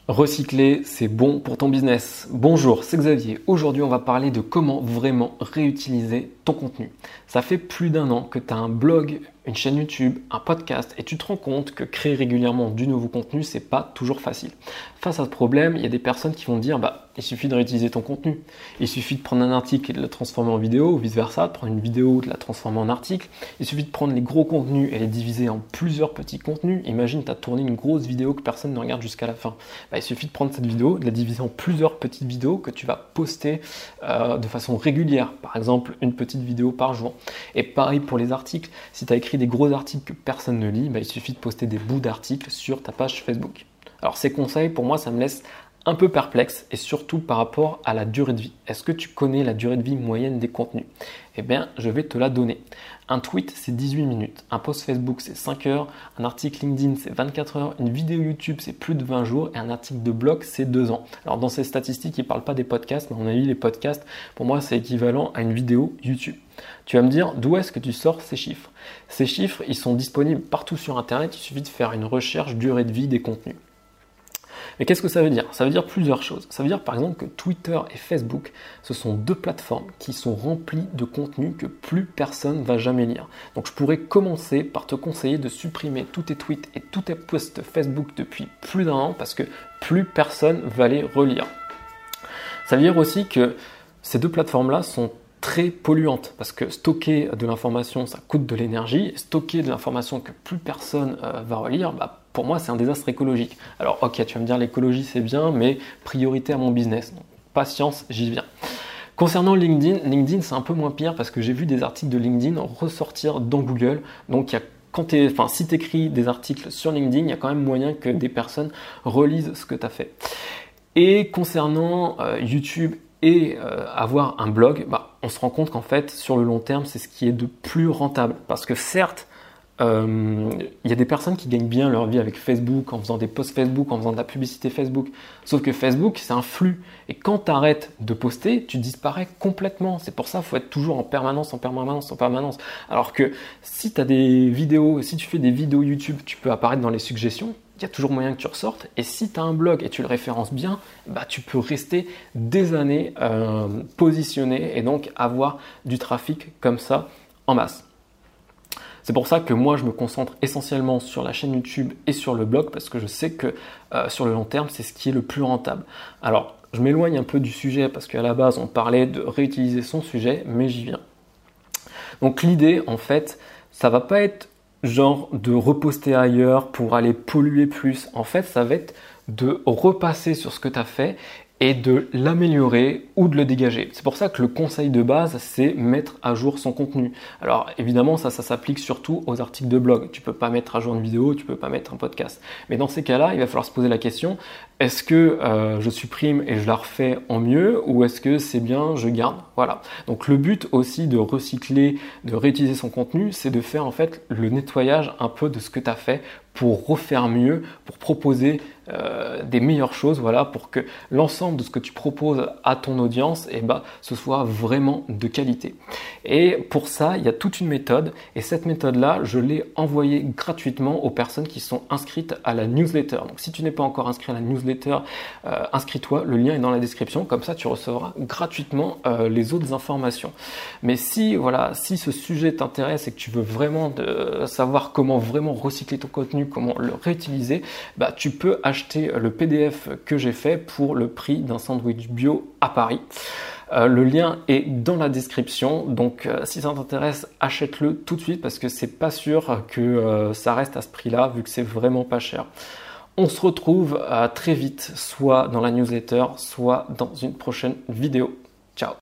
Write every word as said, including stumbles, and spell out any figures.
Recycler, c'est bon pour ton business. Bonjour, c'est Xavier. Aujourd'hui, on va parler de comment vraiment réutiliser ton contenu. Ça fait plus d'un an que tu as un blog, une chaîne YouTube, un podcast et tu te rends compte que créer régulièrement du nouveau contenu, c'est pas toujours facile. Face à ce problème, il y a des personnes qui vont dire bah, il suffit de réutiliser ton contenu. Il suffit de prendre un article et de le transformer en vidéo ou vice-versa, de prendre une vidéo et de la transformer en article. Il suffit de prendre les gros contenus et les diviser en plusieurs petits contenus. Imagine, tu as tourné une grosse vidéo que personne ne regarde jusqu'à la fin. Bah, il suffit de prendre cette vidéo, de la diviser en plusieurs petites vidéos que tu vas poster euh, de façon régulière. Par exemple, une petite vidéo par jour. Et pareil pour les articles. Si tu as écrit des gros articles que personne ne lit, bah, il suffit de poster des bouts d'articles sur ta page Facebook. Alors ces conseils, pour moi, ça me laisse un peu perplexe et surtout par rapport à la durée de vie. Est-ce que tu connais la durée de vie moyenne des contenus? Eh bien, je vais te la donner. Un tweet, c'est dix-huit minutes. Un post Facebook, c'est cinq heures. Un article LinkedIn, c'est vingt-quatre heures. Une vidéo YouTube, c'est plus de vingt jours. Et un article de blog, c'est deux ans. Alors, dans ces statistiques, ils ne parlent pas des podcasts, mais on a vu les podcasts. Pour moi, c'est équivalent à une vidéo YouTube. Tu vas me dire, d'où est-ce que tu sors ces chiffres? Ces chiffres, ils sont disponibles partout sur Internet. Il suffit de faire une recherche durée de vie des contenus. Mais qu'est-ce que ça veut dire? Ça veut dire plusieurs choses. Ça veut dire par exemple que Twitter et Facebook, ce sont deux plateformes qui sont remplies de contenu que plus personne ne va jamais lire. Donc je pourrais commencer par te conseiller de supprimer tous tes tweets et tous tes posts Facebook depuis plus d'un an parce que plus personne va les relire. Ça veut dire aussi que ces deux plateformes-là sont très polluantes parce que stocker de l'information, ça coûte de l'énergie. Stocker de l'information que plus personne euh, va relire, bah, pour moi, c'est un désastre écologique. Alors, ok, tu vas me dire l'écologie, c'est bien, mais priorité à mon business. Donc, patience, j'y viens. Concernant LinkedIn, LinkedIn, c'est un peu moins pire parce que j'ai vu des articles de LinkedIn ressortir dans Google. Donc, il y a Quand t'es, enfin, si tu écris des articles sur LinkedIn, il y a quand même moyen que des personnes relisent ce que tu as fait. Et concernant euh, YouTube et euh, avoir un blog, bah, on se rend compte qu'en fait, sur le long terme, c'est ce qui est de plus rentable. Parce que certes, il euh, y a des personnes qui gagnent bien leur vie avec Facebook, en faisant des posts Facebook, en faisant de la publicité Facebook. Sauf que Facebook, c'est un flux. Et quand tu arrêtes de poster, tu disparais complètement. C'est pour ça qu'il faut être toujours en permanence, en permanence, en permanence. Alors que si tu as des vidéos, si tu fais des vidéos YouTube, tu peux apparaître dans les suggestions. Il y a toujours moyen que tu ressortes. Et si tu as un blog et tu le références bien, bah, tu peux rester des années euh, positionné et donc avoir du trafic comme ça en masse. C'est pour ça que moi, je me concentre essentiellement sur la chaîne YouTube et sur le blog parce que je sais que euh, sur le long terme, c'est ce qui est le plus rentable. Alors, je m'éloigne un peu du sujet parce qu'à la base, on parlait de réutiliser son sujet, mais j'y viens. Donc, l'idée, en fait, ça va pas être genre de reposter ailleurs pour aller polluer plus. En fait, ça va être de repasser sur ce que tu as fait et de l'améliorer ou de le dégager. C'est pour ça que le conseil de base, c'est mettre à jour son contenu. Alors évidemment, ça, ça s'applique surtout aux articles de blog. Tu peux pas mettre à jour une vidéo, tu peux pas mettre un podcast. Mais dans ces cas-là, il va falloir se poser la question, est-ce que euh, je supprime et je la refais en mieux ou est-ce que c'est bien, je garde? Voilà. Donc le but aussi de recycler, de réutiliser son contenu, c'est de faire en fait le nettoyage un peu de ce que tu as fait pour refaire mieux, pour proposer euh, des meilleures choses, voilà, pour que l'ensemble de ce que tu proposes à ton audience, eh ben, ce soit vraiment de qualité. Et pour ça, il y a toute une méthode, et cette méthode-là, je l'ai envoyée gratuitement aux personnes qui sont inscrites à la newsletter. Donc si tu n'es pas encore inscrit à la newsletter, euh, inscris-toi, le lien est dans la description, comme ça tu recevras gratuitement euh, les autres informations. Mais si, voilà, si ce sujet t'intéresse et que tu veux vraiment de, savoir comment vraiment recycler ton contenu, comment le réutiliser, bah, tu peux acheter le P D F que j'ai fait pour le prix d'un sandwich bio à Paris. Euh, le lien est dans la description, donc euh, si ça t'intéresse, achète-le tout de suite parce que c'est pas sûr que euh, ça reste à ce prix-là vu que c'est vraiment pas cher. On se retrouve euh, très vite, soit dans la newsletter, soit dans une prochaine vidéo. Ciao!